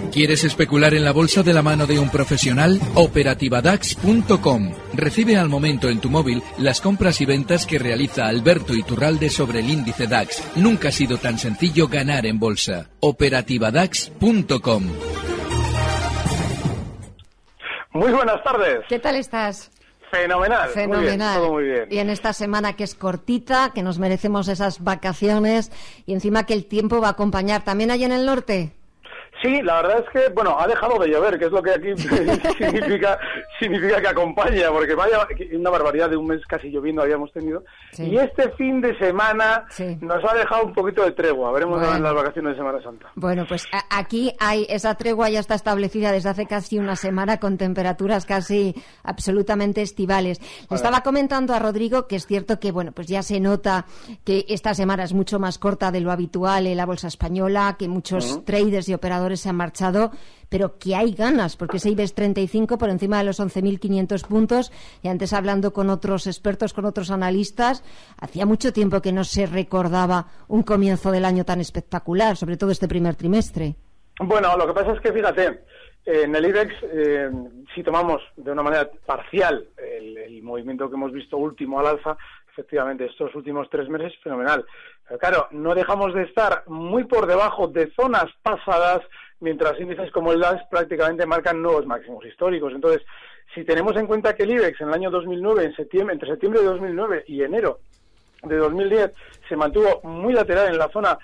¿Quieres especular en la bolsa de la mano de un profesional? Operativadax.com. Recibe al momento en tu móvil las compras y ventas que realiza Alberto Iturralde sobre el índice DAX. Nunca ha sido tan sencillo ganar en bolsa. Operativadax.com. Muy buenas tardes. ¿Qué tal estás? Fenomenal. Fenomenal. Muy bien, todo muy bien. Y en esta semana que es cortita, que nos merecemos esas vacaciones y encima que el tiempo va a acompañar. ¿También hay en el norte? Sí, la verdad es que, bueno, ha dejado de llover, que es lo que aquí significa que acompaña, porque vaya, una barbaridad de un mes casi lloviendo habíamos tenido. Sí. Y este fin de semana nos ha dejado un poquito de tregua. Veremos en las vacaciones de Semana Santa. Bueno, pues aquí hay esa tregua, ya está establecida desde hace casi una semana con temperaturas casi absolutamente estivales. Le estaba comentando a Rodrigo que es cierto que, bueno, pues ya se nota que esta semana es mucho más corta de lo habitual en la bolsa española, que muchos traders y operadores se han marchado, pero que hay ganas, porque ese IBEX 35 por encima de los 11.500 puntos, y antes hablando con otros expertos, con otros analistas, hacía mucho tiempo que no se recordaba un comienzo del año tan espectacular, sobre todo este primer trimestre. Bueno, lo que pasa es que, fíjate, en el IBEX, si tomamos de una manera parcial el movimiento que hemos visto último al alza, efectivamente, estos últimos 3 meses, fenomenal. Pero claro, no dejamos de estar muy por debajo de zonas pasadas, mientras índices como el DAX prácticamente marcan nuevos máximos históricos. Entonces, si tenemos en cuenta que el IBEX en el año 2009, entre septiembre de 2009 y enero de 2010, se mantuvo muy lateral en la zona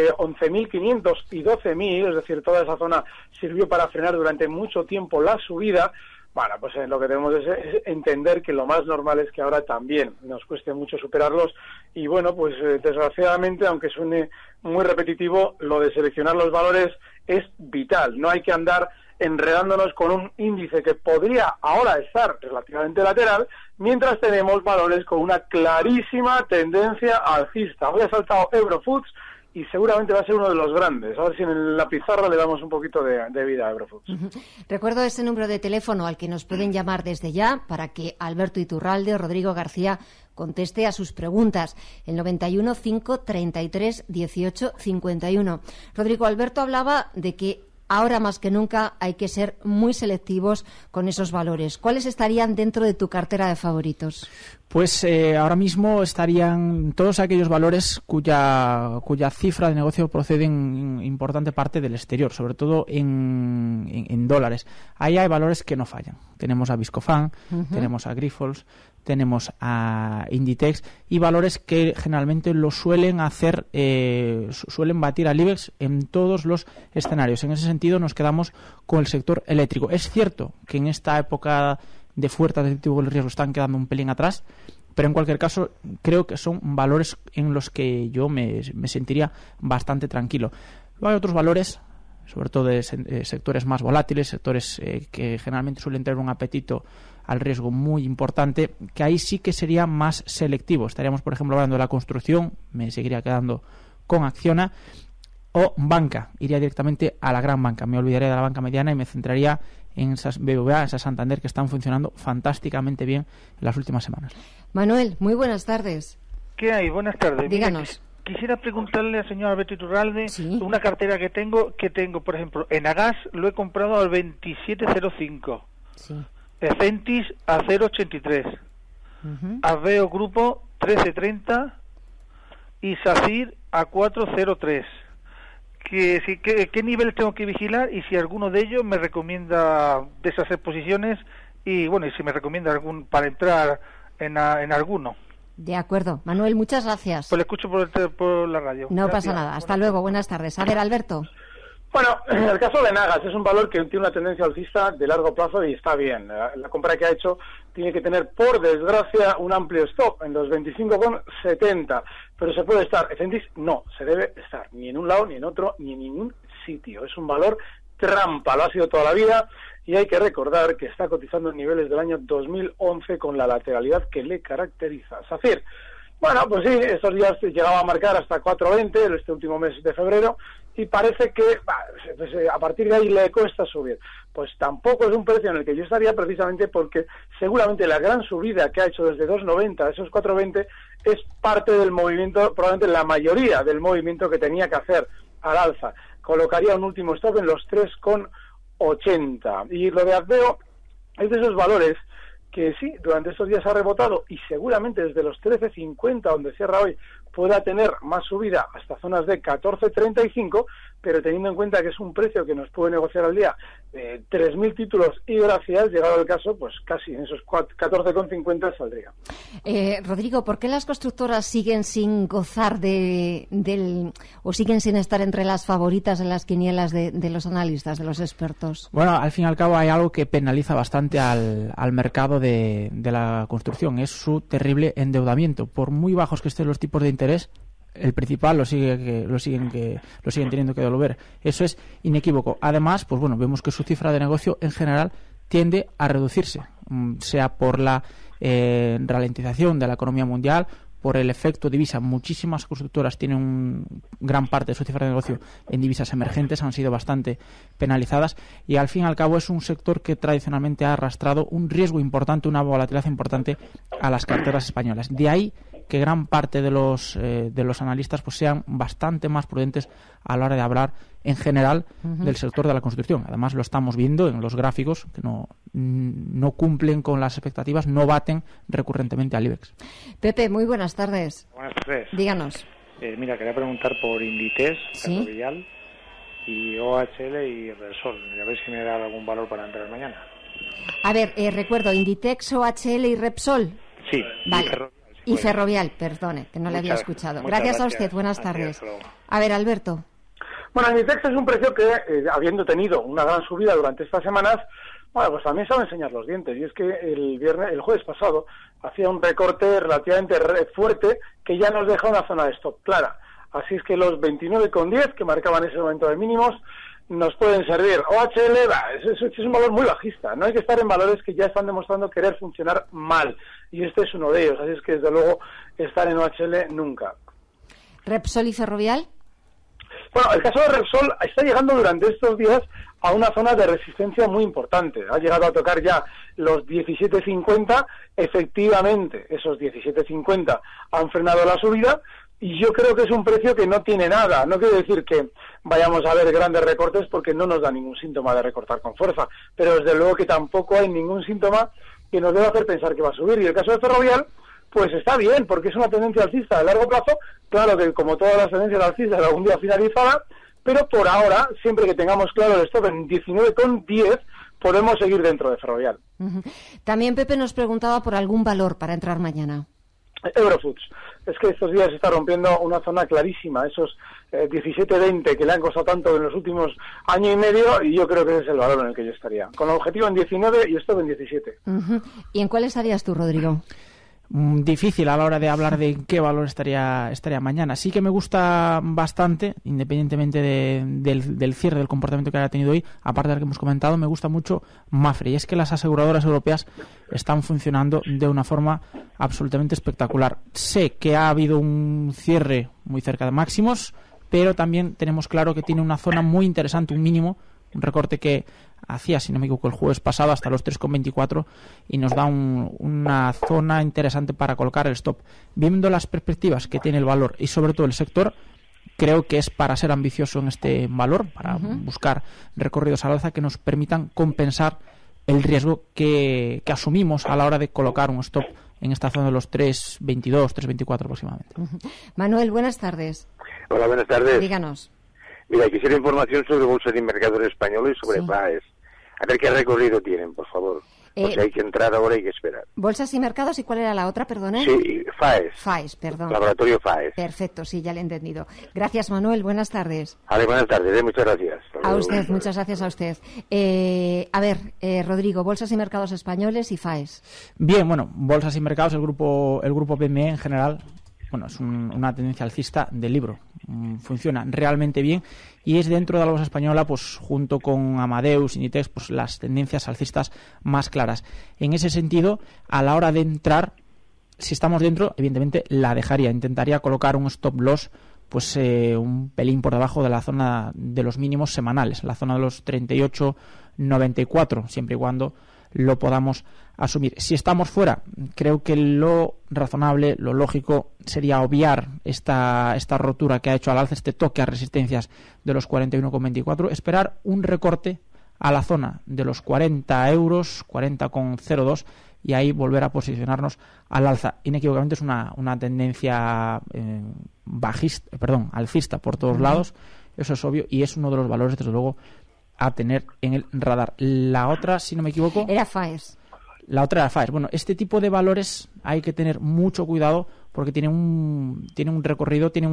11.500 y 12.000, es decir, toda esa zona sirvió para frenar durante mucho tiempo la subida. Bueno, pues lo que tenemos es entender que lo más normal es que ahora también nos cueste mucho superarlos y bueno, pues desgraciadamente, aunque suene muy repetitivo, lo de seleccionar los valores es vital. No hay que andar enredándonos con un índice que podría ahora estar relativamente lateral, mientras tenemos valores con una clarísima tendencia alcista. Hoy ha saltado Eurofoods y seguramente va a ser uno de los grandes. A ver si en la pizarra le damos un poquito de vida a Eurofoods. Recuerdo ese número de teléfono al que nos pueden llamar desde ya para que Alberto Iturralde o Rodrigo García conteste a sus preguntas. El 91 533 18 51. Rodrigo, Alberto hablaba de que ahora más que nunca hay que ser muy selectivos con esos valores. ¿Cuáles estarían dentro de tu cartera de favoritos? Pues ahora mismo estarían todos aquellos valores cuya cifra de negocio procede en importante parte del exterior, sobre todo en dólares. Ahí hay valores que no fallan. Tenemos a Viscofan, tenemos a Grifols, tenemos a Inditex y valores que generalmente lo suelen hacer, suelen batir al IBEX en todos los escenarios. En ese sentido nos quedamos con el sector eléctrico. Es cierto que en esta época de fuerte atractivo del riesgo están quedando un pelín atrás, pero en cualquier caso creo que son valores en los que yo me sentiría bastante tranquilo. Luego hay otros valores, sobre todo de sectores más volátiles, sectores que generalmente suelen tener un apetito al riesgo muy importante, que ahí sí que sería más selectivo. Estaríamos, por ejemplo, hablando de la construcción, me seguiría quedando con Acciona, o banca, iría directamente a la gran banca, me olvidaría de la banca mediana y me centraría en esas BBVA, esas Santander, que están funcionando fantásticamente bien en las últimas semanas. Manuel, muy buenas tardes. ¿Qué hay? Buenas tardes. Díganos. Mira, quisiera preguntarle al señor Alberto Iturralde una cartera que tengo, por ejemplo, en Agas lo he comprado al 27.05, Centis a 0.83, Aveo Grupo 13.30 y SACIR a 4.03. ¿Qué nivel tengo que vigilar y si alguno de ellos me recomienda de esas exposiciones y bueno, y si me recomienda algún para entrar en alguno? De acuerdo. Manuel, muchas gracias. Pues le escucho por la radio. No pasa nada. Hasta luego. Buenas tardes. A ver, Alberto. Bueno, en el caso de Nagas es un valor que tiene una tendencia alcista de largo plazo y está bien. La compra que ha hecho tiene que tener, por desgracia, un amplio stop en los 25,70. Pero se puede estar. Centis no, se debe estar ni en un lado, ni en otro, ni en ningún sitio. Es un valor trampa, lo ha sido toda la vida y hay que recordar que está cotizando en niveles del año 2011 con la lateralidad que le caracteriza. SACIR, bueno, pues sí, estos días llegaba a marcar hasta 4.20 este último mes de febrero y parece que pues, a partir de ahí le cuesta subir. Pues tampoco es un precio en el que yo estaría, precisamente porque seguramente la gran subida que ha hecho desde 2.90 a esos 4.20 es parte del movimiento, probablemente la mayoría del movimiento que tenía que hacer al alza. colocaría un último stop en los 3,80. Y lo de Azveo es de esos valores que sí, durante estos días ha rebotado y seguramente desde los 13,50, donde cierra hoy, pueda tener más subida hasta zonas de 14,35, pero teniendo en cuenta que es un precio que nos puede negociar al día 3.000 títulos y gracias, llegado el caso, pues casi en esos 14,50 saldría. Rodrigo, ¿por qué las constructoras siguen sin gozar o siguen sin estar entre las favoritas en las quinielas de los analistas, de los expertos? Bueno, al fin y al cabo hay algo que penaliza bastante al mercado de la construcción, es su terrible endeudamiento. Por muy bajos que estén los tipos de interés, el principal lo siguen teniendo que devolver. Eso es inequívoco. Además, pues bueno, vemos que su cifra de negocio en general tiende a reducirse, sea por la ralentización de la economía mundial, por el efecto divisa. Muchísimas constructoras tienen gran parte de su cifra de negocio en divisas emergentes, han sido bastante penalizadas y al fin y al cabo es un sector que tradicionalmente ha arrastrado un riesgo importante, una volatilidad importante a las carteras españolas. De ahí que gran parte de los analistas pues sean bastante más prudentes a la hora de hablar en general del sector de la construcción. Además lo estamos viendo en los gráficos que no cumplen con las expectativas, no baten recurrentemente al IBEX. Pepe, muy buenas tardes. Buenas tardes. Díganos. Mira, quería preguntar por Inditex, ¿Sí? Ferrovial y OHL y Repsol. A ver si me da algún valor para entrar mañana. A ver, recuerdo, Inditex, OHL y Repsol. Sí, vale. Y Ferrovial, perdone, que no le había escuchado. Gracias a usted, buenas tardes. A ver, Alberto. Bueno, Inditex es un precio que, habiendo tenido una gran subida durante estas semanas, bueno, pues también sabe enseñar los dientes. Y es que el jueves pasado hacía un recorte relativamente fuerte que ya nos deja una zona de stop clara. Así es que los 29,10 que marcaban ese momento de mínimos nos pueden servir. OHL es un valor muy bajista, no hay que estar en valores que ya están demostrando querer funcionar mal, y este es uno de ellos, así es que desde luego estar en OHL nunca. ¿Repsol y Ferrovial? Bueno, el caso de Repsol está llegando durante estos días a una zona de resistencia muy importante, ha llegado a tocar ya los 17,50, efectivamente esos 17,50 han frenado la subida. Y yo creo que es un precio que no tiene nada. No quiere decir que vayamos a ver grandes recortes porque no nos da ningún síntoma de recortar con fuerza. Pero desde luego que tampoco hay ningún síntoma que nos deba hacer pensar que va a subir. Y el caso de Ferrovial, pues está bien, porque es una tendencia alcista de largo plazo. Claro que como todas las tendencias alcistas algún día finalizada, pero por ahora, siempre que tengamos claro el stop en 19,10, podemos seguir dentro de Ferrovial. También Pepe nos preguntaba por algún valor para entrar mañana. Eurofoods. Es que estos días se está rompiendo una zona clarísima, esos 17,20 que le han costado tanto en los últimos año y medio, y yo creo que ese es el valor en el que yo estaría. Con el objetivo en 19 y esto en 17. ¿Y en cuál estarías tú, Rodrigo? Difícil a la hora de hablar de qué valor estaría mañana. Sí que me gusta bastante, independientemente del cierre, del comportamiento que haya tenido hoy, aparte del que hemos comentado, me gusta mucho Mapfre. Y es que las aseguradoras europeas están funcionando de una forma absolutamente espectacular. Sé que ha habido un cierre muy cerca de máximos, pero también tenemos claro que tiene una zona muy interesante, un mínimo, un recorte que hacía, si no me equivoco, el jueves pasado hasta los 3,24 y nos da una zona interesante para colocar el stop. Viendo las perspectivas que tiene el valor y sobre todo el sector, creo que es para ser ambicioso en este valor, para buscar recorridos al alza que nos permitan compensar el riesgo que asumimos a la hora de colocar un stop en esta zona de los 3,22, 3,24 aproximadamente. Manuel, buenas tardes. Hola, buenas tardes. Díganos. Mira, quisiera información sobre Bolsa de Mercadores Español y sobre FAES. A ver qué recorrido tienen, por favor. O sea, hay que entrar ahora y hay que esperar. Bolsas y mercados, ¿y cuál era la otra, perdone? Sí, FAES. FAES, perdón. Laboratorio FAES. Perfecto, sí, ya le he entendido. Gracias, Manuel, buenas tardes. Vale, buenas tardes, muchas gracias. A usted, muchas gracias a usted. A ver, Rodrigo, Bolsas y Mercados Españoles y FAES. Bien, bueno, Bolsas y Mercados, el grupo PME en general, bueno, es una tendencia alcista del libro. Funciona realmente bien y es dentro de la bolsa española, pues junto con Amadeus, Inditex, pues las tendencias alcistas más claras. En ese sentido, a la hora de entrar, si estamos dentro, evidentemente la dejaría, intentaría colocar un stop loss pues un pelín por debajo de la zona de los mínimos semanales, la zona de los 38,94, siempre y cuando lo podamos asumir. Si estamos fuera, creo que lo razonable, lo lógico sería obviar esta rotura que ha hecho al alza, este toque a resistencias de los 41,24, esperar un recorte a la zona de los 40 euros, 40,02, y ahí volver a posicionarnos al alza. Inequívocamente es una tendencia alcista por todos lados, eso es obvio, y es uno de los valores, desde luego, a tener en el radar. La otra, si no me equivoco, era FAES. La otra era FAES. Bueno, este tipo de valores hay que tener mucho cuidado porque tiene un recorrido, tiene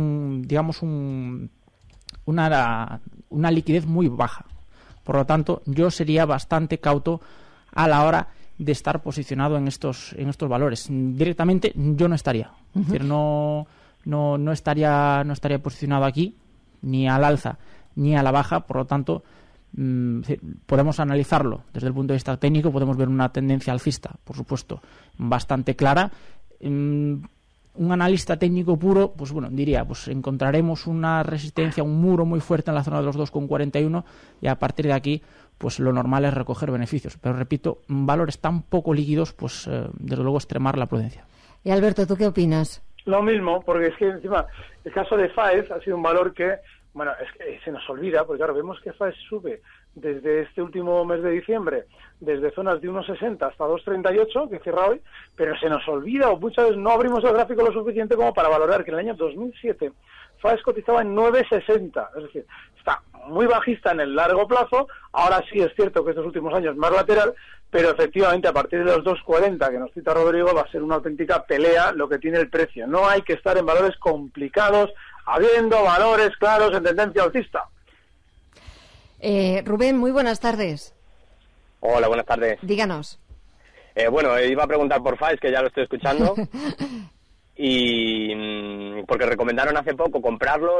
una liquidez muy baja. Por lo tanto, yo sería bastante cauto a la hora de estar posicionado en estos valores. Directamente yo no estaría. Es decir, no estaría posicionado aquí, ni al alza ni a la baja. Por lo tanto, podemos analizarlo desde el punto de vista técnico, podemos ver una tendencia alcista, por supuesto, bastante clara. Un analista técnico puro, pues bueno, diría, pues encontraremos una resistencia, un muro muy fuerte en la zona de los 2,41 y a partir de aquí, pues lo normal es recoger beneficios. Pero repito, valores tan poco líquidos, pues desde luego extremar la prudencia. Y Alberto, ¿tú qué opinas? Lo mismo, porque es que encima el caso de FAES ha sido un valor que, bueno, es que se nos olvida, porque claro, vemos que FAES sube desde este último mes de diciembre, desde zonas de 1,60 hasta 2,38, que cierra hoy, pero se nos olvida, o muchas veces no abrimos el gráfico lo suficiente como para valorar que en el año 2007 FAES cotizaba en 9,60, es decir, está muy bajista en el largo plazo. Ahora sí es cierto que estos últimos años más lateral, pero efectivamente a partir de los 2,40 que nos cita Rodrigo va a ser una auténtica pelea lo que tiene el precio. No hay que estar en valores complicados, habiendo valores claros en tendencia alcista. Rubén, muy buenas tardes. Hola, buenas tardes. Díganos. Bueno, iba a preguntar por FAES, que ya lo estoy escuchando. Y porque recomendaron hace poco comprarlo,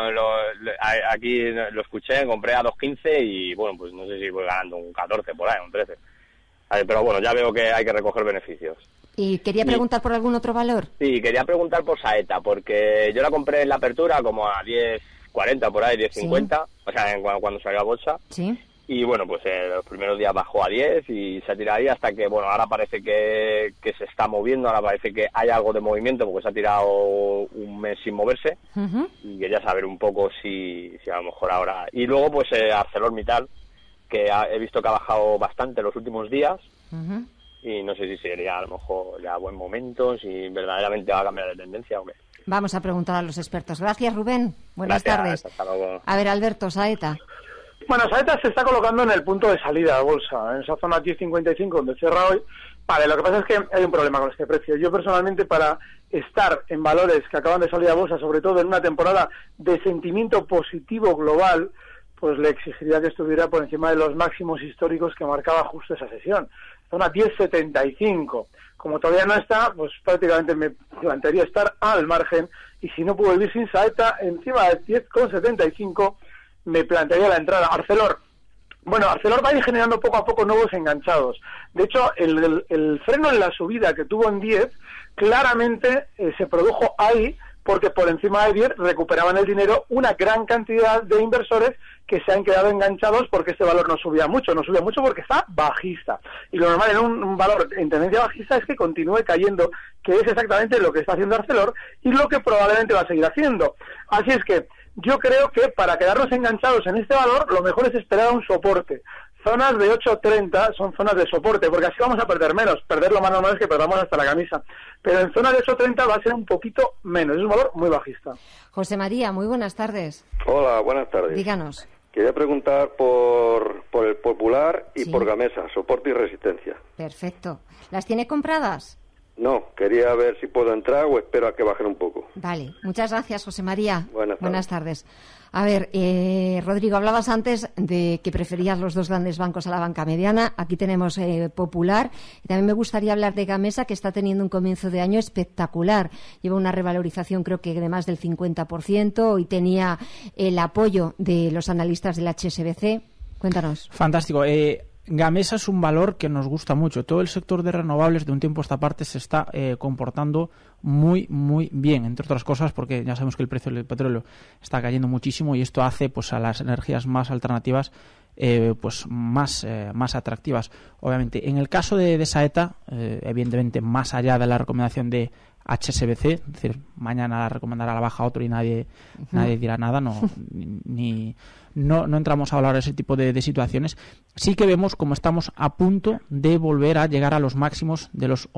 aquí lo escuché, compré a 2.15 y bueno, pues no sé si voy ganando un 14 por ahí, un 13. Pero bueno, ya veo que hay que recoger beneficios. ¿Y quería preguntar por algún otro valor? Sí, quería preguntar por Saeta, porque yo la compré en la apertura como a 10.40 por ahí, 10.50, sí. O sea, cuando salió a bolsa. Sí. Y bueno, pues los primeros días bajó a 10 y se ha tirado ahí hasta que, bueno, ahora parece que se está moviendo, ahora parece que hay algo de movimiento porque se ha tirado un mes sin moverse. Y quería saber un poco si a lo mejor ahora... Y luego, pues ArcelorMittal, que he visto que ha bajado bastante los últimos días y no sé si sería a lo mejor ya buen momento, si verdaderamente va a cambiar de tendencia o qué. Vamos a preguntar a los expertos. Gracias, Rubén. Buenas tardes. Hasta luego. A ver, Alberto, Saeta. Bueno, Saeta se está colocando en el punto de salida de bolsa, en esa zona 10.55 donde cierra hoy. Vale, lo que pasa es que hay un problema con este precio. Yo personalmente, para estar en valores que acaban de salir a bolsa, sobre todo en una temporada de sentimiento positivo global, pues le exigiría que estuviera por encima de los máximos históricos que marcaba justo esa sesión. Zona 10.75. Como todavía no está, pues prácticamente me plantearía estar al margen, y si no puedo vivir sin Saeta, encima de 10.75, me plantearía la entrada. Arcelor. Bueno, Arcelor va a ir generando poco a poco nuevos enganchados. De hecho, el freno en la subida que tuvo en 10, claramente se produjo ahí, porque por encima de 10 recuperaban el dinero una gran cantidad de inversores que se han quedado enganchados porque este valor no subía mucho porque está bajista. Y lo normal en un valor en tendencia bajista es que continúe cayendo, que es exactamente lo que está haciendo Arcelor y lo que probablemente va a seguir haciendo. Así es que yo creo que para quedarnos enganchados en este valor, lo mejor es esperar a un soporte. Zonas de 8.30 son zonas de soporte, porque así vamos a perder menos. Perder lo más normal es que perdamos hasta la camisa. Pero en zona de 8.30 va a ser un poquito menos. Es un valor muy bajista. José María, muy buenas tardes. Hola, buenas tardes. Díganos. Quería preguntar por el Popular y por Gamesa, soporte y resistencia. Perfecto. ¿Las tiene compradas? No, quería ver si puedo entrar o espero a que bajen un poco. Vale, muchas gracias, José María. Buenas tardes. A ver, Rodrigo, hablabas antes de que preferías los dos grandes bancos a la banca mediana. Aquí tenemos Popular. Y también me gustaría hablar de Gamesa, que está teniendo un comienzo de año espectacular. Lleva una revalorización, creo que de más del 50%, y tenía el apoyo de los analistas del HSBC. Cuéntanos. Fantástico. Gamesa es un valor que nos gusta mucho. Todo el sector de renovables de un tiempo a esta parte se está comportando muy, muy bien, entre otras cosas porque ya sabemos que el precio del petróleo está cayendo muchísimo y esto hace pues a las energías más alternativas pues más atractivas. Obviamente, en el caso de Saeta, evidentemente, más allá de la recomendación de HSBC, es decir, mañana la recomendará a la baja otro y nadie dirá nada, no entramos a hablar de ese tipo de situaciones. Sí que vemos como estamos a punto de volver a llegar a los máximos de los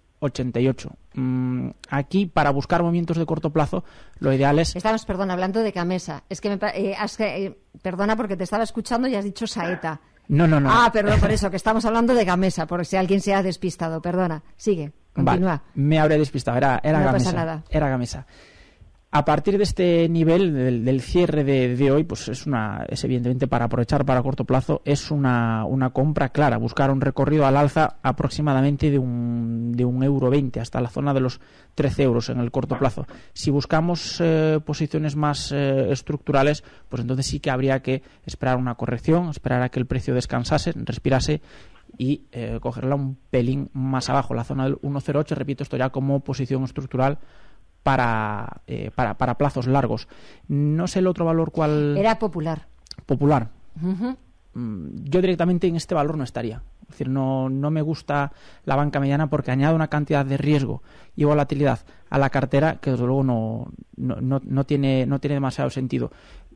11,88. Aquí, para buscar movimientos de corto plazo, lo ideal es... Estamos, hablando de Gamesa. Es que perdona porque te estaba escuchando y has dicho Saeta. No. Ah, perdón por eso, que estamos hablando de Gamesa, por si alguien se ha despistado. Perdona, sigue, continúa. Vale, me habré despistado, era no Gamesa. Pasa nada. Era Gamesa. A partir de este nivel, del cierre de hoy, pues es evidentemente para aprovechar para corto plazo, es una compra clara, buscar un recorrido al alza aproximadamente de un €1,20 hasta la zona de los 13 euros en el corto plazo. Si buscamos posiciones más estructurales, pues entonces sí que habría que esperar una corrección, esperar a que el precio descansase, respirase y cogerla un pelín más abajo, la zona del 1,08, repito, esto ya como posición estructural para plazos largos. No sé el otro valor cuál... Era Popular. Uh-huh. Yo directamente en este valor no estaría. Es decir, no me gusta la banca mediana porque añade una cantidad de riesgo y volatilidad a la cartera que desde luego no tiene demasiado sentido.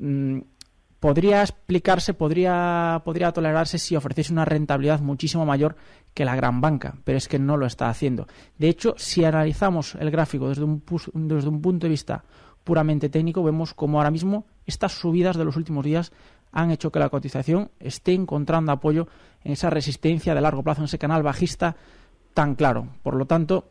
Podría explicarse, podría tolerarse si ofreciese una rentabilidad muchísimo mayor que la gran banca, pero es que no lo está haciendo. De hecho, si analizamos el gráfico desde un punto de vista puramente técnico, vemos como ahora mismo estas subidas de los últimos días han hecho que la cotización esté encontrando apoyo en esa resistencia de largo plazo, en ese canal bajista tan claro. Por lo tanto,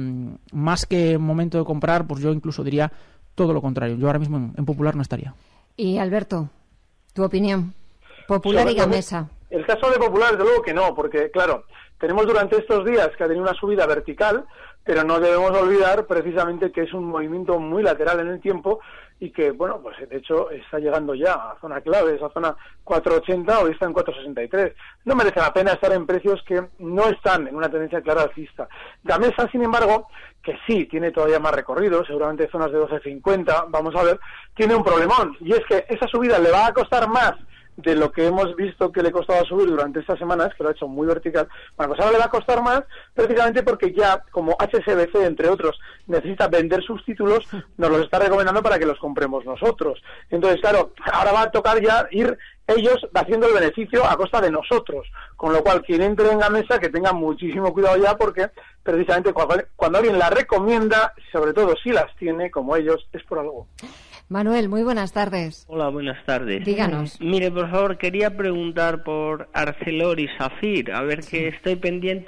más que momento de comprar, pues yo incluso diría todo lo contrario. Yo ahora mismo en Popular no estaría. Y Alberto, ¿tu opinión? Popular y Gamesa. El caso de Popular, desde luego que no, porque, claro, tenemos durante estos días que ha tenido una subida vertical, pero no debemos olvidar precisamente que es un movimiento muy lateral en el tiempo y que, bueno, pues de hecho está llegando ya a zona clave, esa zona 4,80, hoy está en 4,63. No merece la pena estar en precios que no están en una tendencia clara alcista. Gamesa, sin embargo, que sí tiene todavía más recorrido, seguramente zonas de 12,50, vamos a ver, tiene un problemón, y es que esa subida le va a costar más de lo que hemos visto que le costaba subir durante estas semanas, que lo ha hecho muy vertical. Bueno, pues ahora le va a costar más, precisamente porque ya, como HSBC, entre otros, necesita vender sus títulos, nos los está recomendando para que los compremos nosotros. Entonces, claro, ahora va a tocar ya ir ellos haciendo el beneficio a costa de nosotros, con lo cual quien entre en Gamesa que tenga muchísimo cuidado ya, porque precisamente cuando alguien la recomienda, sobre todo si las tiene, como ellos, es por algo. Manuel, muy buenas tardes. Hola, buenas tardes. Díganos. Mire, por favor, quería preguntar por Arcelor y Safir, a ver que estoy pendiente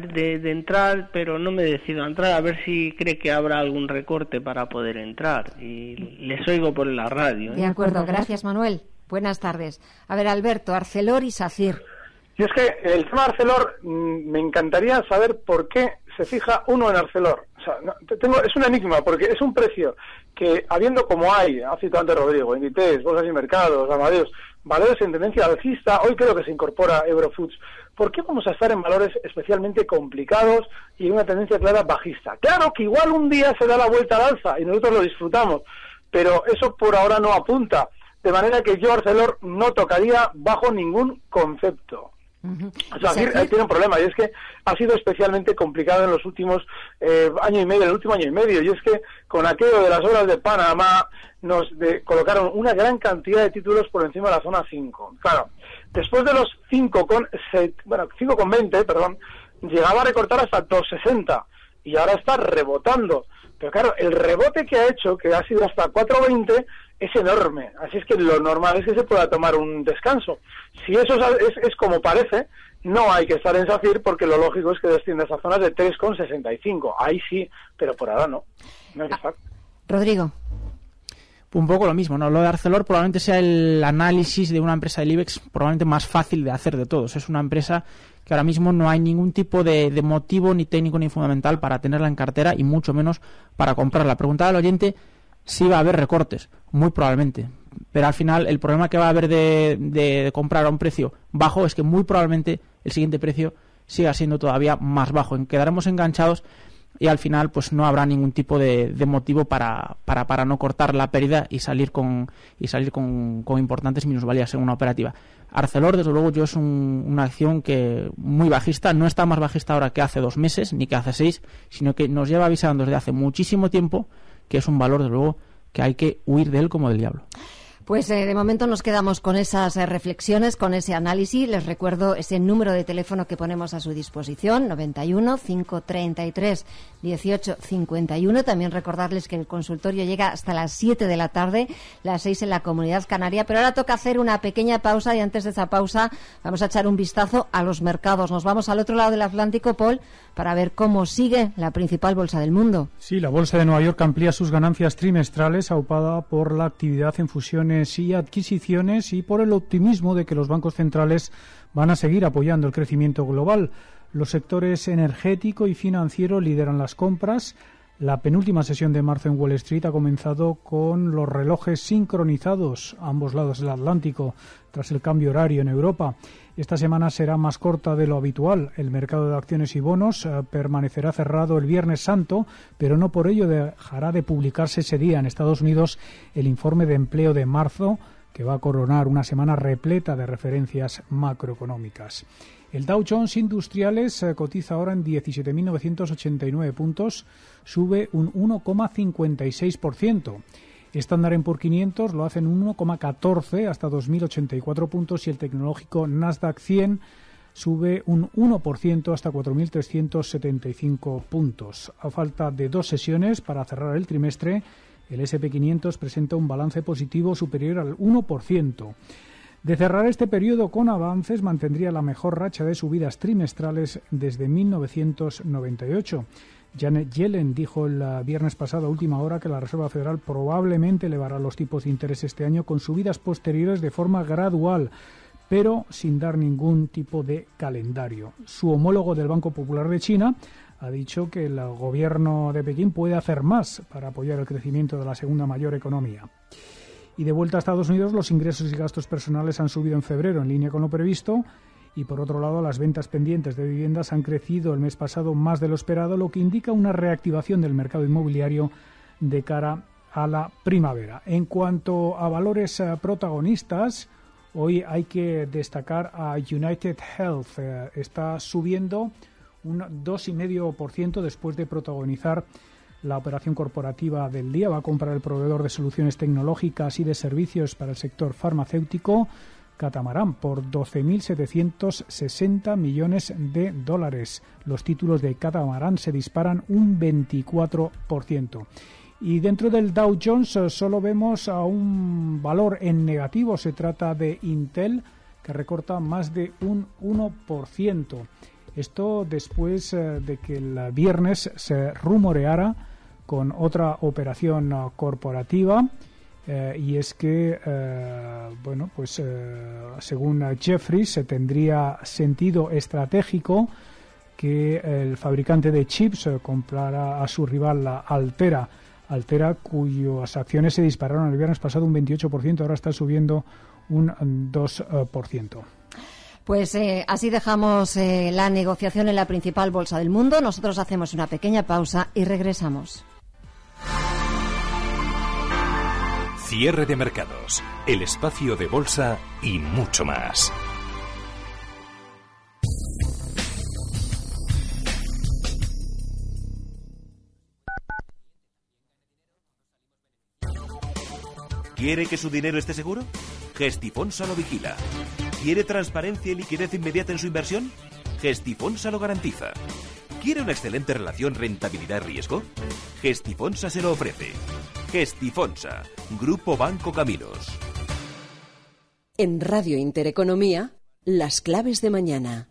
de entrar, pero no me decido a entrar, a ver si cree que habrá algún recorte para poder entrar. Y les oigo por la radio. De acuerdo, gracias, Manuel. Buenas tardes. A ver, Alberto, Arcelor y Safir. Y es que el tema Arcelor, me encantaría saber por qué se fija uno en Arcelor. O sea, es un enigma, porque es un precio que, habiendo como hay, ha citado antes Rodrigo, Inditex, Bolsas y Mercados, Amadeus, valores en tendencia alcista, hoy creo que se incorpora Eurofoods. ¿Por qué vamos a estar en valores especialmente complicados y una tendencia clara bajista? Claro que igual un día se da la vuelta al alza y nosotros lo disfrutamos, pero eso por ahora no apunta. De manera que yo Arcelor no tocaría bajo ningún concepto. O sea, ahí tiene un problema, y es que ha sido especialmente complicado en los últimos año y medio, el último año y medio, y es que con aquello de las obras de Panamá nos colocaron una gran cantidad de títulos por encima de la zona 5. Claro, después de los 5,20, perdón, llegaba a recortar hasta 2,60 y ahora está rebotando. Pero claro, el rebote que ha hecho, que ha sido hasta 4,20, es enorme. Así es que lo normal es que se pueda tomar un descanso. Si eso es como parece, no hay que estar en Safir, porque lo lógico es que descienda a esas zonas de 3,65. Ahí sí, pero por ahora no. No hay que estar. Rodrigo. Un poco lo mismo, ¿no? Lo de Arcelor probablemente sea el análisis de una empresa del IBEX probablemente más fácil de hacer de todos. Es una empresa que ahora mismo no hay ningún tipo de motivo ni técnico ni fundamental para tenerla en cartera y mucho menos para comprarla. Preguntaba al oyente si va a haber recortes. Muy probablemente. pero al final el problema que va a haber de comprar a un precio bajo es que muy probablemente el siguiente precio siga siendo todavía más bajo. Quedaremos enganchados y al final pues no habrá ningún tipo de motivo para no cortar la pérdida y salir con importantes minusvalías en una operativa. Arcelor, desde luego, es una acción que muy bajista, no está más bajista ahora que hace 2 meses ni que hace 6, sino que nos lleva avisando desde hace muchísimo tiempo que es un valor, desde luego, que hay que huir de él como del diablo. Pues de momento nos quedamos con esas reflexiones, con ese análisis. Les recuerdo ese número de teléfono que ponemos a su disposición, 91 533 1851. También recordarles que el consultorio llega hasta las 7 de la tarde, las 6 en la Comunidad Canaria. Pero ahora toca hacer una pequeña pausa y antes de esa pausa vamos a echar un vistazo a los mercados. Nos vamos al otro lado del Atlántico, Paul, para ver cómo sigue la principal bolsa del mundo. Sí, la bolsa de Nueva York amplía sus ganancias trimestrales, aupada por la actividad en fusiones y adquisiciones y por el optimismo de que los bancos centrales van a seguir apoyando el crecimiento global. Los sectores energético y financiero lideran las compras. La penúltima sesión de marzo en Wall Street ha comenzado con los relojes sincronizados a ambos lados del Atlántico tras el cambio horario en Europa. Esta semana será más corta de lo habitual. El mercado de acciones y bonos permanecerá cerrado el Viernes Santo, pero no por ello dejará de publicarse ese día en Estados Unidos el informe de empleo de marzo, que va a coronar una semana repleta de referencias macroeconómicas. El Dow Jones Industriales cotiza ahora en 17.989 puntos, sube un 1,56%. Standard & Poor's 500 lo hace en 1,14 hasta 2.084 puntos y el tecnológico Nasdaq 100 sube un 1% hasta 4.375 puntos. A falta de 2 sesiones para cerrar el trimestre, el S&P 500 presenta un balance positivo superior al 1%. De cerrar este periodo con avances, mantendría la mejor racha de subidas trimestrales desde 1998. Janet Yellen dijo el viernes pasado a última hora que la Reserva Federal probablemente elevará los tipos de interés este año con subidas posteriores de forma gradual, pero sin dar ningún tipo de calendario. Su homólogo del Banco Popular de China ha dicho que el gobierno de Pekín puede hacer más para apoyar el crecimiento de la segunda mayor economía. Y de vuelta a Estados Unidos, los ingresos y gastos personales han subido en febrero en línea con lo previsto. Y por otro lado, las ventas pendientes de viviendas han crecido el mes pasado más de lo esperado, lo que indica una reactivación del mercado inmobiliario de cara a la primavera. En cuanto a valores protagonistas, hoy hay que destacar a United Health. Está subiendo un 2,5% después de protagonizar la operación corporativa del día. Va a comprar el proveedor de soluciones tecnológicas y de servicios para el sector farmacéutico, Catamaran, por 12.760 millones de dólares. Los títulos de Catamaran se disparan un 24%. Y dentro del Dow Jones solo vemos a un valor en negativo. Se trata de Intel, que recorta más de un 1%. Esto después de que el viernes se rumoreara con otra operación corporativa. Y es que, según Jefferies, tendría sentido estratégico que el fabricante de chips comprara a su rival, la Altera, cuyas acciones se dispararon el viernes pasado un 28%, ahora está subiendo un 2%. Pues así dejamos la negociación en la principal bolsa del mundo. Nosotros hacemos una pequeña pausa y regresamos. Cierre de mercados, el espacio de bolsa y mucho más. ¿Quiere que su dinero esté seguro? Gestifonsa lo vigila. ¿Quiere transparencia y liquidez inmediata en su inversión? Gestifonsa lo garantiza. ¿Quiere una excelente relación rentabilidad-riesgo? Gestifonsa se lo ofrece. Gestifonsa, Grupo Banco Caminos. En Radio Intereconomía, las claves de mañana.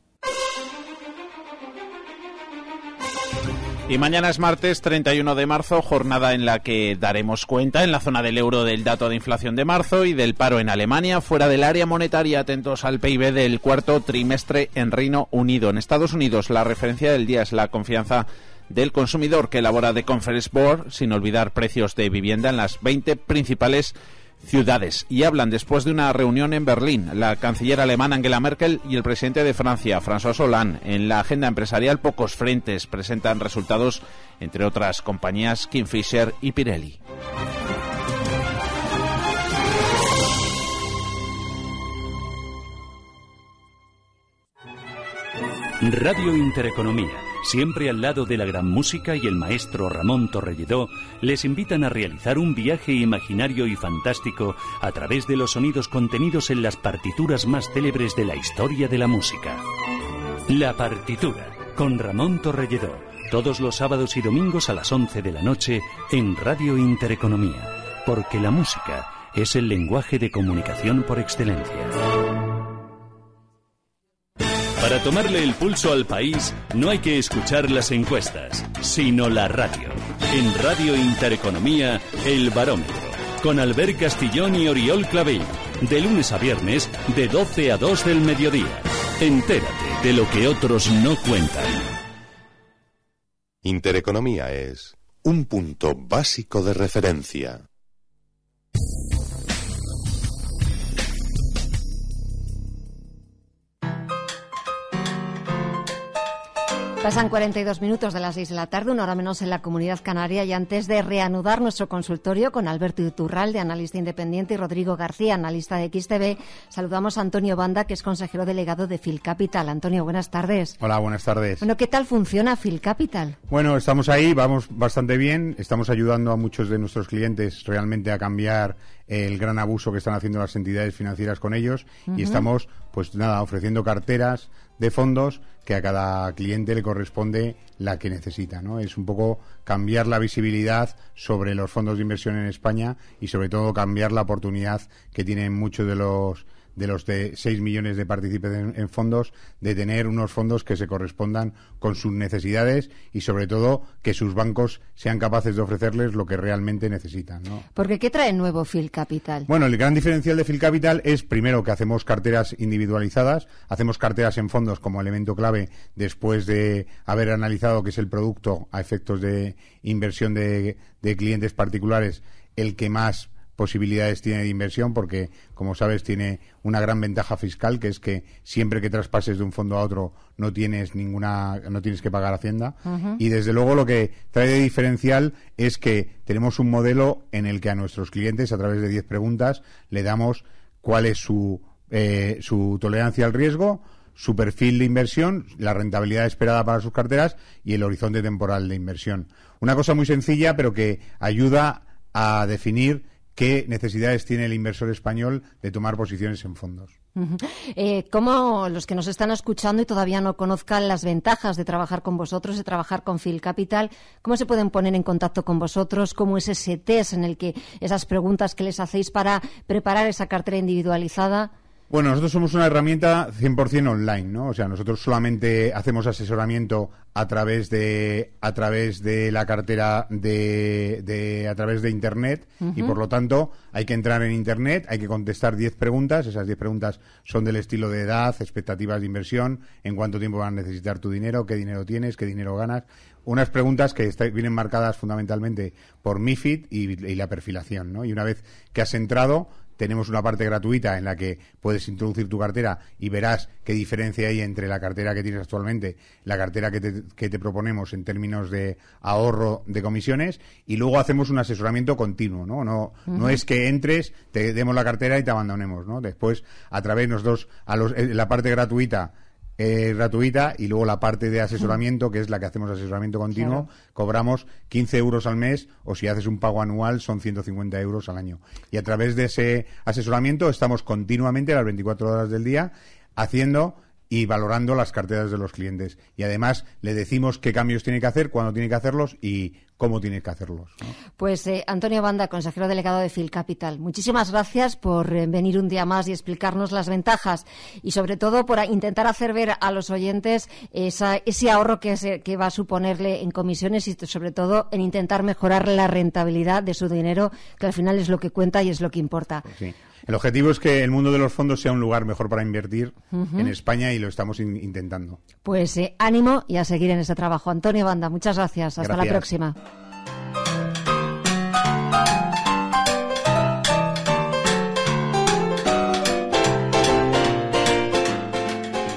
Y mañana es martes 31 de marzo, jornada en la que daremos cuenta en la zona del euro del dato de inflación de marzo y del paro en Alemania. Fuera del área monetaria, atentos al PIB del cuarto trimestre en Reino Unido. En Estados Unidos, la referencia del día es la confianza del consumidor que elabora The Conference Board, sin olvidar precios de vivienda en las 20 principales ciudades. Y hablan después de una reunión en Berlín, la canciller alemana Angela Merkel y el presidente de Francia, François Hollande. En la agenda empresarial, pocos frentes presentan resultados, entre otras compañías Kingfisher y Pirelli. Radio Intereconomía, siempre al lado de la gran música, y el maestro Ramón Torrelledó les invitan a realizar un viaje imaginario y fantástico a través de los sonidos contenidos en las partituras más célebres de la historia de la música. La partitura, con Ramón Torrelledó, todos los sábados y domingos a las 11 de la noche en Radio Intereconomía, porque la música es el lenguaje de comunicación por excelencia. Para tomarle el pulso al país, no hay que escuchar las encuestas, sino la radio. En Radio Intereconomía, El Barómetro, con Albert Castillón y Oriol Clavell, de lunes a viernes, de 12 a 2 del mediodía. Entérate de lo que otros no cuentan. Intereconomía es un punto básico de referencia. Pasan 42 minutos de las 6 de la tarde, una hora menos en la Comunidad Canaria, y antes de reanudar nuestro consultorio con Alberto Iturralde, analista independiente, y Rodrigo García, analista de XTV, saludamos a Antonio Banda, que es consejero delegado de Philcapital. Antonio, buenas tardes. Hola, buenas tardes. Bueno, ¿qué tal funciona Philcapital? Bueno, estamos ahí, vamos bastante bien, estamos ayudando a muchos de nuestros clientes realmente a cambiar el gran abuso que están haciendo las entidades financieras con ellos, y estamos, pues nada, ofreciendo carteras de fondos que a cada cliente le corresponde la que necesita, ¿no? Es un poco cambiar la visibilidad sobre los fondos de inversión en España y sobre todo cambiar la oportunidad que tienen muchos de los de 6 millones de partícipes en fondos, de tener unos fondos que se correspondan con sus necesidades y sobre todo que sus bancos sean capaces de ofrecerles lo que realmente necesitan, ¿no? Porque ¿qué trae nuevo Philcapital? Bueno, el gran diferencial de Philcapital es, primero, que hacemos carteras individualizadas, hacemos carteras en fondos como elemento clave después de haber analizado qué es el producto a efectos de inversión de clientes particulares, el que más posibilidades tiene de inversión, porque, como sabes, tiene una gran ventaja fiscal, que es que siempre que traspases de un fondo a otro no tienes que pagar Hacienda. Y desde luego lo que trae de diferencial es que tenemos un modelo en el que a nuestros clientes, a través de 10 preguntas, le damos cuál es su tolerancia al riesgo, su perfil de inversión, la rentabilidad esperada para sus carteras y el horizonte temporal de inversión. Una cosa muy sencilla, pero que ayuda a definir qué necesidades tiene el inversor español de tomar posiciones en fondos. ¿Cómo los que nos están escuchando y todavía no conozcan las ventajas de trabajar con vosotros, de trabajar con Philcapital, cómo se pueden poner en contacto con vosotros? ¿Cómo es ese test en el que esas preguntas que les hacéis para preparar esa cartera individualizada? Bueno, nosotros somos una herramienta 100% online, ¿no? O sea, nosotros solamente hacemos asesoramiento a través de la cartera a través de Internet, y por lo tanto hay que entrar en Internet, hay que contestar 10 preguntas. Esas 10 preguntas son del estilo de edad, expectativas de inversión, en cuánto tiempo van a necesitar tu dinero, qué dinero tienes, qué dinero ganas. Unas preguntas que vienen marcadas fundamentalmente por MiFID y la perfilación, ¿no? Y una vez que has entrado, tenemos una parte gratuita en la que puedes introducir tu cartera y verás qué diferencia hay entre la cartera que tienes actualmente, la cartera que te proponemos en términos de ahorro de comisiones, y luego hacemos un asesoramiento continuo, ¿no? No es que entres, te demos la cartera y te abandonemos, ¿no? Después, a través nosotros, la parte gratuita, y luego la parte de asesoramiento, que es la que hacemos asesoramiento continuo, cobramos 15 euros al mes, o si haces un pago anual son 150 euros al año. Y a través de ese asesoramiento estamos continuamente a las 24 horas del día haciendo y valorando las carteras de los clientes. Y además le decimos qué cambios tiene que hacer, cuándo tiene que hacerlos y cómo tiene que hacerlos, ¿no? Pues Antonio Banda, consejero delegado de Philcapital, muchísimas gracias por venir un día más y explicarnos las ventajas y sobre todo por intentar hacer ver a los oyentes ese ahorro que va a suponerle en comisiones y sobre todo en intentar mejorar la rentabilidad de su dinero, que al final es lo que cuenta y es lo que importa. Sí. El objetivo es que el mundo de los fondos sea un lugar mejor para invertir en España, y lo estamos intentando. Pues ánimo y a seguir en ese trabajo. Antonio Banda, muchas gracias. Hasta la próxima.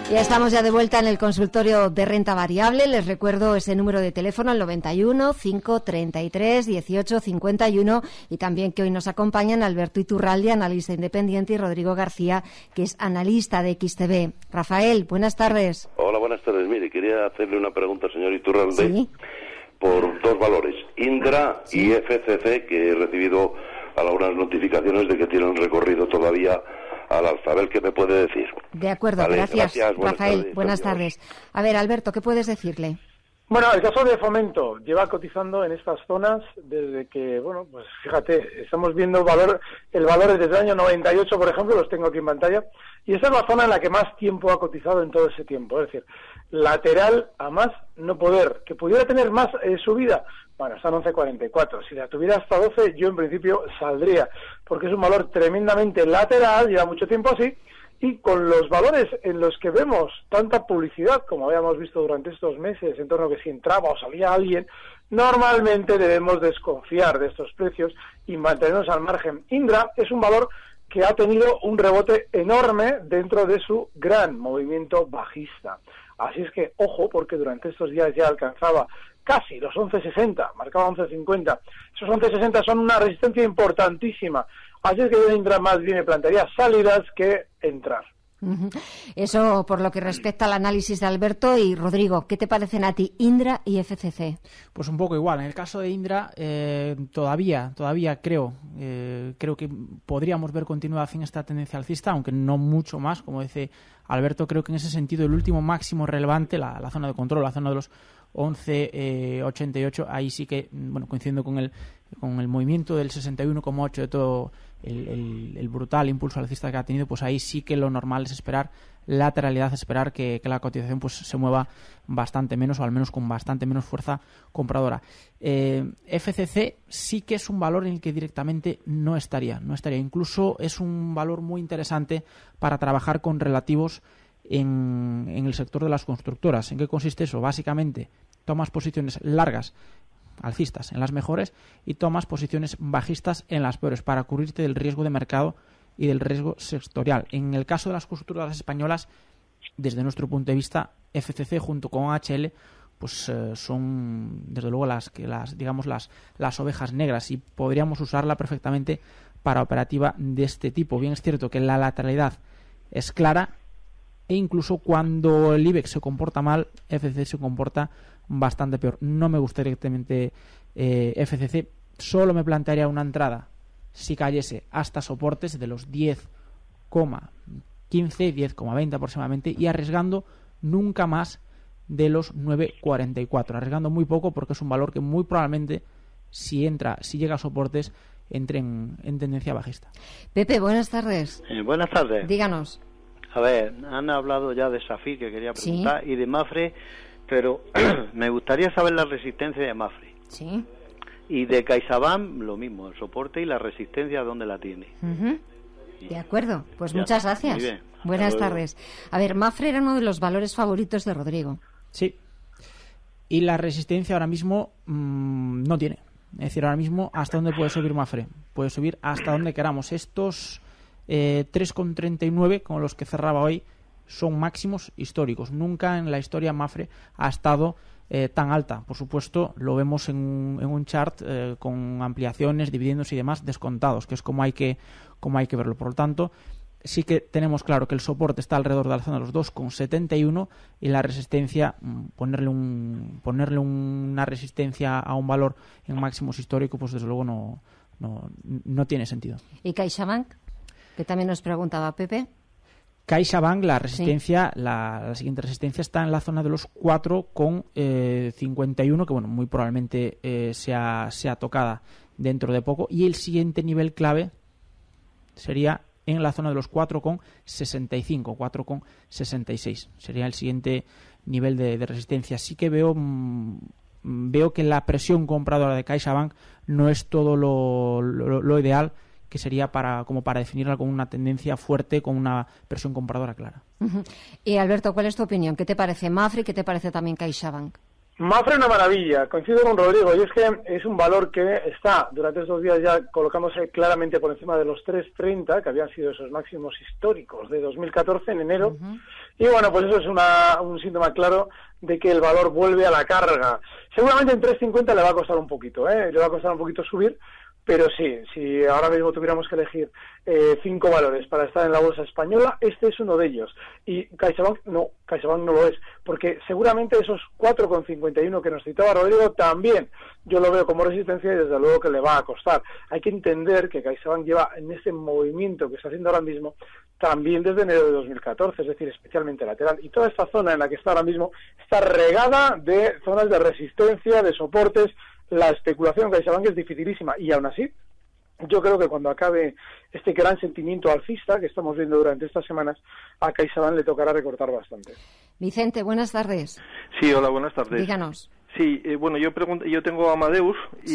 Ya estamos ya de vuelta en el consultorio de renta variable. Les recuerdo ese número de teléfono, el 91 533 18 51, y también que hoy nos acompañan Alberto Iturralde, analista independiente, y Rodrigo García, que es analista de XTB. Rafael, buenas tardes. Hola, buenas tardes. Mire, quería hacerle una pregunta al señor Iturralde. ¿Sí? Por dos valores, Indra y FCC, que he recibido algunas notificaciones de que tienen recorrido todavía al alza. A ver qué me puede decir. De acuerdo, vale, gracias Rafael. Tardes, buenas tardes. A ver, Alberto, ¿qué puedes decirle? Bueno, el caso de Fomento lleva cotizando en estas zonas desde que, bueno, pues fíjate, estamos viendo el valor desde el año 98, por ejemplo, los tengo aquí en pantalla, y esa es la zona en la que más tiempo ha cotizado en todo ese tiempo, es decir, lateral a más no poder, que pudiera tener más subida, bueno, está en 11.44, si la tuviera hasta 12 yo en principio saldría, porque es un valor tremendamente lateral, lleva mucho tiempo así, y con los valores en los que vemos tanta publicidad, como habíamos visto durante estos meses, en torno a que si entraba o salía alguien, normalmente debemos desconfiar de estos precios y mantenernos al margen. Indra es un valor que ha tenido un rebote enorme dentro de su gran movimiento bajista. Así es que, ojo, porque durante estos días ya alcanzaba casi los 11.60, marcaba 11.50. Esos 11.60 son una resistencia importantísima. Así es que yo Indra más bien me plantearía salidas que entrar. Eso por lo que respecta al análisis de Alberto. Y Rodrigo, ¿qué te parecen a ti Indra y FCC? Pues un poco igual. En el caso de Indra, todavía creo que podríamos ver continuación esta tendencia alcista, aunque no mucho más, como dice Alberto. Creo que en ese sentido el último máximo relevante, la zona de control, la zona de los 11.88, ahí sí que, bueno, coincidiendo con el movimiento del 61,8 de todo el brutal impulso alcista que ha tenido, pues ahí sí que lo normal es esperar lateralidad, esperar que la cotización pues se mueva bastante menos, o al menos con bastante menos fuerza compradora. FCC sí que es un valor en el que directamente no estaría. Incluso es un valor muy interesante para trabajar con relativos en el sector de las constructoras. ¿En qué consiste eso? Básicamente tomas posiciones largas alcistas en las mejores y tomas posiciones bajistas en las peores para cubrirte del riesgo de mercado y del riesgo sectorial. En el caso de las constructoras españolas, desde nuestro punto de vista, FCC junto con HL pues son desde luego las ovejas negras, y podríamos usarla perfectamente para operativa de este tipo. Bien es cierto que la lateralidad es clara, e incluso cuando el IBEX se comporta mal, FCC se comporta bastante peor. No me gusta directamente FCC, solo me plantearía una entrada si cayese hasta soportes de los 10,15, 10,20 aproximadamente, y arriesgando nunca más de los 9,44, arriesgando muy poco, porque es un valor que muy probablemente, si llega a soportes, entre en tendencia bajista. Pepe, buenas tardes. Buenas tardes. Díganos. A ver, han hablado ya de Safir, que quería preguntar, ¿sí? Y de Mafre, pero me gustaría saber la resistencia de Mafre. Sí. Y de CaixaBank, lo mismo, el soporte y la resistencia, ¿dónde la tiene? De acuerdo, pues ya muchas está. gracias. Muy bien. Buenas tardes. A ver, Mafre era uno de los valores favoritos de Rodrigo. Sí. Y la resistencia ahora mismo no tiene. Es decir, ahora mismo, ¿hasta dónde puede subir Mafre? Puede subir hasta donde queramos. Estos 3,39 con los que cerraba hoy son máximos históricos. Nunca en la historia Mafre ha estado tan alta. Por supuesto, lo vemos en un chart con ampliaciones, dividendos y demás descontados, que es como hay que verlo. Por lo tanto, sí que tenemos claro que el soporte está alrededor de la zona de los 2,71 y la resistencia, ponerle una resistencia a un valor en máximos históricos, pues desde luego no tiene sentido. ¿Y CaixaBank? Que también nos preguntaba Pepe. CaixaBank, la resistencia, sí. La siguiente resistencia está en la zona de los 4,51, que bueno, muy probablemente sea tocada dentro de poco, y el siguiente nivel clave sería en la zona de los 4,65, 4,66. Sería el siguiente nivel de resistencia. Sí que veo que la presión compradora de CaixaBank no es todo lo ideal, que sería para definirla como una tendencia fuerte, con una presión compradora clara. Y Alberto, ¿cuál es tu opinión? ¿Qué te parece Mafre y qué te parece también CaixaBank? Mafre es una maravilla, coincido con Rodrigo, y es que es un valor que está durante estos días ya colocándose claramente por encima de los 3,30, que habían sido esos máximos históricos de 2014 en enero, Y bueno, pues eso es un síntoma claro de que el valor vuelve a la carga. Seguramente en 3.50 le va a costar un poquito, le va a costar un poquito subir, pero sí, si ahora mismo tuviéramos que elegir 5 valores para estar en la bolsa española, este es uno de ellos. Y CaixaBank no lo es, porque seguramente esos 4,51 que nos citaba Rodrigo también yo lo veo como resistencia y desde luego que le va a costar. Hay que entender que CaixaBank lleva en ese movimiento que está haciendo ahora mismo también desde enero de 2014, es decir, especialmente lateral. Y toda esta zona en la que está ahora mismo está regada de zonas de resistencia, de soportes. La especulación en CaixaBank es dificilísima y aún así yo creo que cuando acabe este gran sentimiento alcista que estamos viendo durante estas semanas, a CaixaBank le tocará recortar bastante. Vicente, buenas tardes. Sí, hola, buenas tardes. Díganos. Sí, bueno, yo tengo Amadeus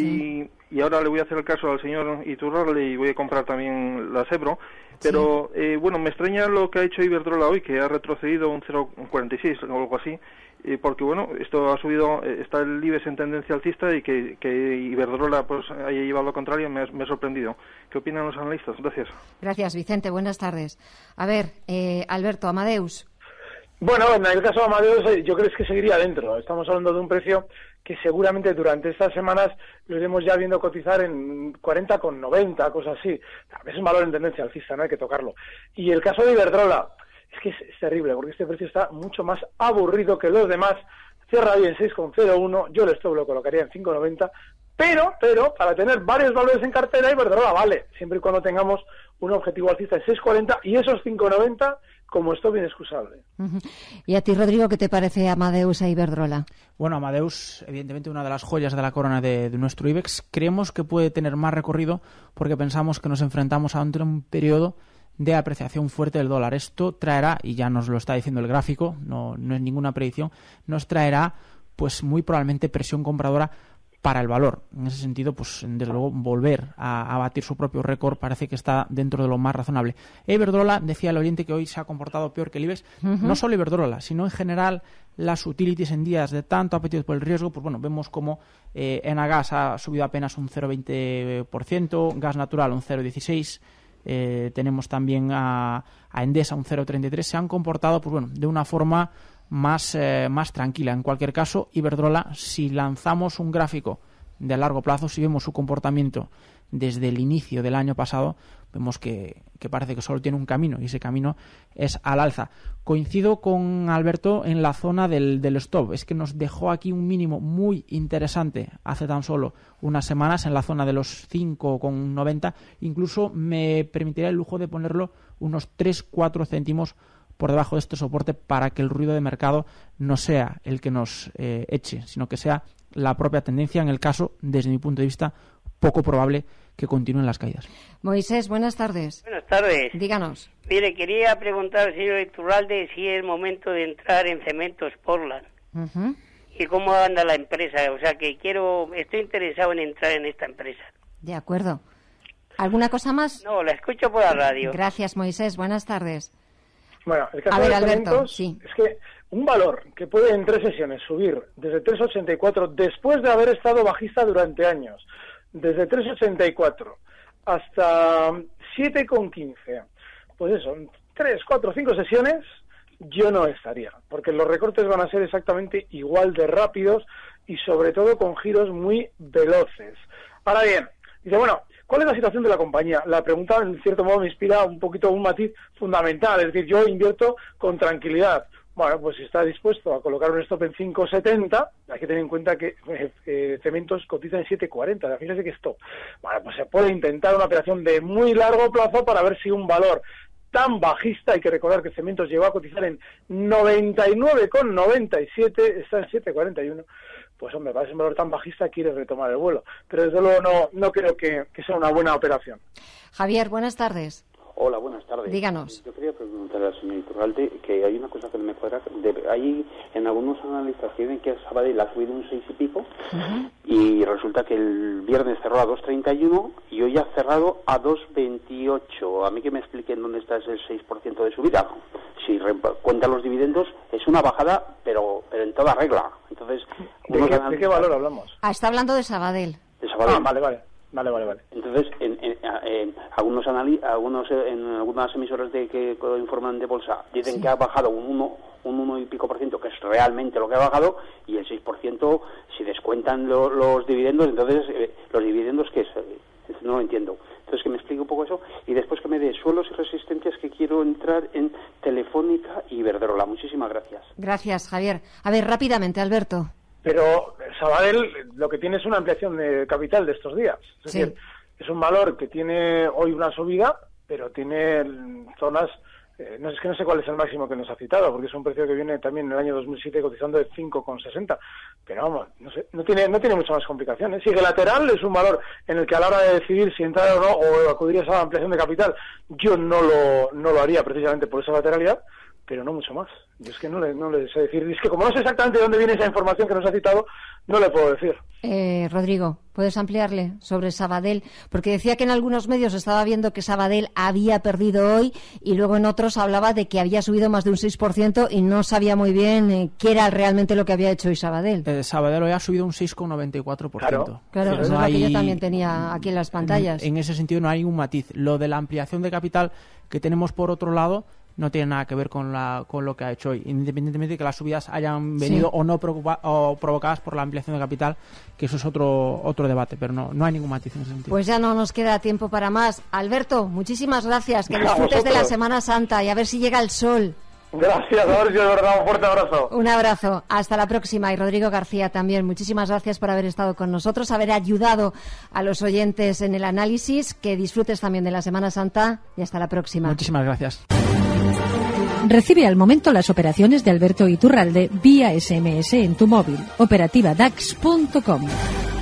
y ahora le voy a hacer el caso al señor Iturralde y voy a comprar también la Sebro, pero bueno, me extraña lo que ha hecho Iberdrola hoy, que ha retrocedido un 0,46 o algo así, porque bueno, esto ha subido, está el IBEX en tendencia alcista y que Iberdrola pues haya llevado lo contrario me ha sorprendido. ¿Qué opinan los analistas? Gracias. Gracias, Vicente, buenas tardes. A ver, Alberto, Amadeus. Bueno, en el caso de Amadeus yo creo que seguiría dentro. Estamos hablando de un precio que seguramente durante estas semanas lo iremos ya viendo cotizar en 40,90, cosas así. Es un valor en tendencia alcista, no hay que tocarlo. Y el caso de Iberdrola, es que es terrible, porque este precio está mucho más aburrido que los demás. Cierra bien 6,01, yo el stop lo colocaría en 5,90, pero para tener varios valores en cartera, Iberdrola vale, siempre y cuando tengamos un objetivo alcista de 6,40 y esos 5,90 como stop inexcusable. ¿Y a ti, Rodrigo, qué te parece Amadeus e Iberdrola? Bueno, Amadeus, evidentemente una de las joyas de la corona de nuestro IBEX. Creemos que puede tener más recorrido porque pensamos que nos enfrentamos a un periodo de apreciación fuerte del dólar. Esto traerá, y ya nos lo está diciendo el gráfico, no es ninguna predicción, nos traerá pues muy probablemente presión compradora para el valor. En ese sentido, pues desde luego volver a batir su propio récord parece que está dentro de lo más razonable. Iberdrola, decía el oyente que hoy se ha comportado peor que el IBEX, no solo Iberdrola, sino en general las utilities en días de tanto apetito por el riesgo, pues bueno, vemos como Enagas ha subido apenas un 0,20%, Gas Natural un 0,16%, tenemos también a Endesa un 0,33%, se han comportado pues bueno, de una forma más tranquila. En cualquier caso, Iberdrola, si lanzamos un gráfico de largo plazo, si vemos su comportamiento desde el inicio del año pasado, vemos que parece que solo tiene un camino y ese camino es al alza. Coincido con Alberto en la zona del stop, es que nos dejó aquí un mínimo muy interesante hace tan solo unas semanas en la zona de los 5,90, incluso me permitiría el lujo de ponerlo unos 3-4 céntimos por debajo de este soporte para que el ruido de mercado no sea el que nos eche, sino que sea la propia tendencia, en el caso, desde mi punto de vista, poco probable que continúen las caídas. Moisés, buenas tardes. Buenas tardes. Díganos. Mire, quería preguntar al señor Iturralde si es momento de entrar en Cementos Portland. ¿Y cómo anda la empresa? O sea, que estoy interesado en entrar en esta empresa. De acuerdo. ¿Alguna cosa más? No, la escucho por la radio. Gracias, Moisés. Buenas tardes. Bueno, el caso de Alberto, es que un valor que puede en 3 sesiones subir desde 3,84 después de haber estado bajista durante años, desde 3,84 hasta 7,15, pues eso, en 3, 4, 5 sesiones yo no estaría, porque los recortes van a ser exactamente igual de rápidos y sobre todo con giros muy veloces. Ahora bien, dice, bueno, ¿cuál es la situación de la compañía? La pregunta, en cierto modo, me inspira un poquito un matiz fundamental. Es decir, yo invierto con tranquilidad. Bueno, pues si está dispuesto a colocar un stop en 5,70, hay que tener en cuenta que Cementos cotiza en 7,40. Fíjese que stop. Bueno, pues se puede intentar una operación de muy largo plazo para ver si un valor tan bajista, hay que recordar que Cementos llegó a cotizar en 99,97, está en 7,41. Pues hombre, para ese valor tan bajista quiere retomar el vuelo. Pero desde luego no creo que sea una buena operación. Javier, buenas tardes. Hola, buenas tardes. Díganos. Yo quería preguntarle al señor Iturralde que hay una cosa que no me cuadra. Hay en algunos analistas que dicen que Sabadell ha subido un 6 y pico y resulta que el viernes cerró a 2,31 y hoy ha cerrado a 2,28. A mí que me expliquen dónde está ese 6% de subida. Si cuentan los dividendos, es una bajada, pero en toda regla. Entonces, ¿De qué valor hablamos? Está hablando de Sabadell. De Sabadell. Vale. Vale. Entonces, en algunas emisoras que informan de bolsa dicen que ha bajado un 1 y pico %, que es realmente lo que ha bajado, y el 6% si descuentan los dividendos. Entonces, ¿los dividendos qué es? No lo entiendo. Entonces, que me explique un poco eso, y después que me dé suelos y resistencias, que quiero entrar en Telefónica y Iberdrola. Muchísimas gracias. Gracias, Javier. A ver, rápidamente, Alberto. Pero Sabadell lo que tiene es una ampliación de capital de estos días. Es decir, es un valor que tiene hoy una subida, pero tiene zonas... no sé cuál es el máximo que nos ha citado, porque es un precio que viene también en el año 2007 cotizando de 5,60. Pero vamos, no tiene muchas más complicaciones. Sigue lateral, es un valor en el que a la hora de decidir si entrar o no, o acudir a esa ampliación de capital, yo no lo haría precisamente por esa lateralidad, pero no mucho más. Yo es que no le sé decir. Es que como no sé exactamente de dónde viene esa información que nos ha citado, no le puedo decir. Rodrigo, ¿puedes ampliarle sobre Sabadell? Porque decía que en algunos medios estaba viendo que Sabadell había perdido hoy, y luego en otros hablaba de que había subido más de un 6% y no sabía muy bien qué era realmente lo que había hecho hoy Sabadell. Sabadell hoy ha subido un 6,94%. Claro, eso es lo que yo también tenía aquí en las pantallas. En ese sentido no hay un matiz. Lo de la ampliación de capital que tenemos por otro lado no tiene nada que ver con lo que ha hecho hoy, independientemente de que las subidas hayan venido o no provocadas por la ampliación de capital, que eso es otro debate, pero no hay ningún matiz en ese sentido. Pues ya no nos queda tiempo para más. Alberto, muchísimas gracias, que disfrutes de la Semana Santa y a ver si llega el sol. Gracias, a ver si es verdad, un fuerte abrazo. Un abrazo, hasta la próxima. Y Rodrigo García también, muchísimas gracias por haber estado con nosotros, haber ayudado a los oyentes en el análisis, que disfrutes también de la Semana Santa y hasta la próxima. Muchísimas gracias. Recibe al momento las operaciones de Alberto Iturralde vía SMS en tu móvil. Operativa DAX.com.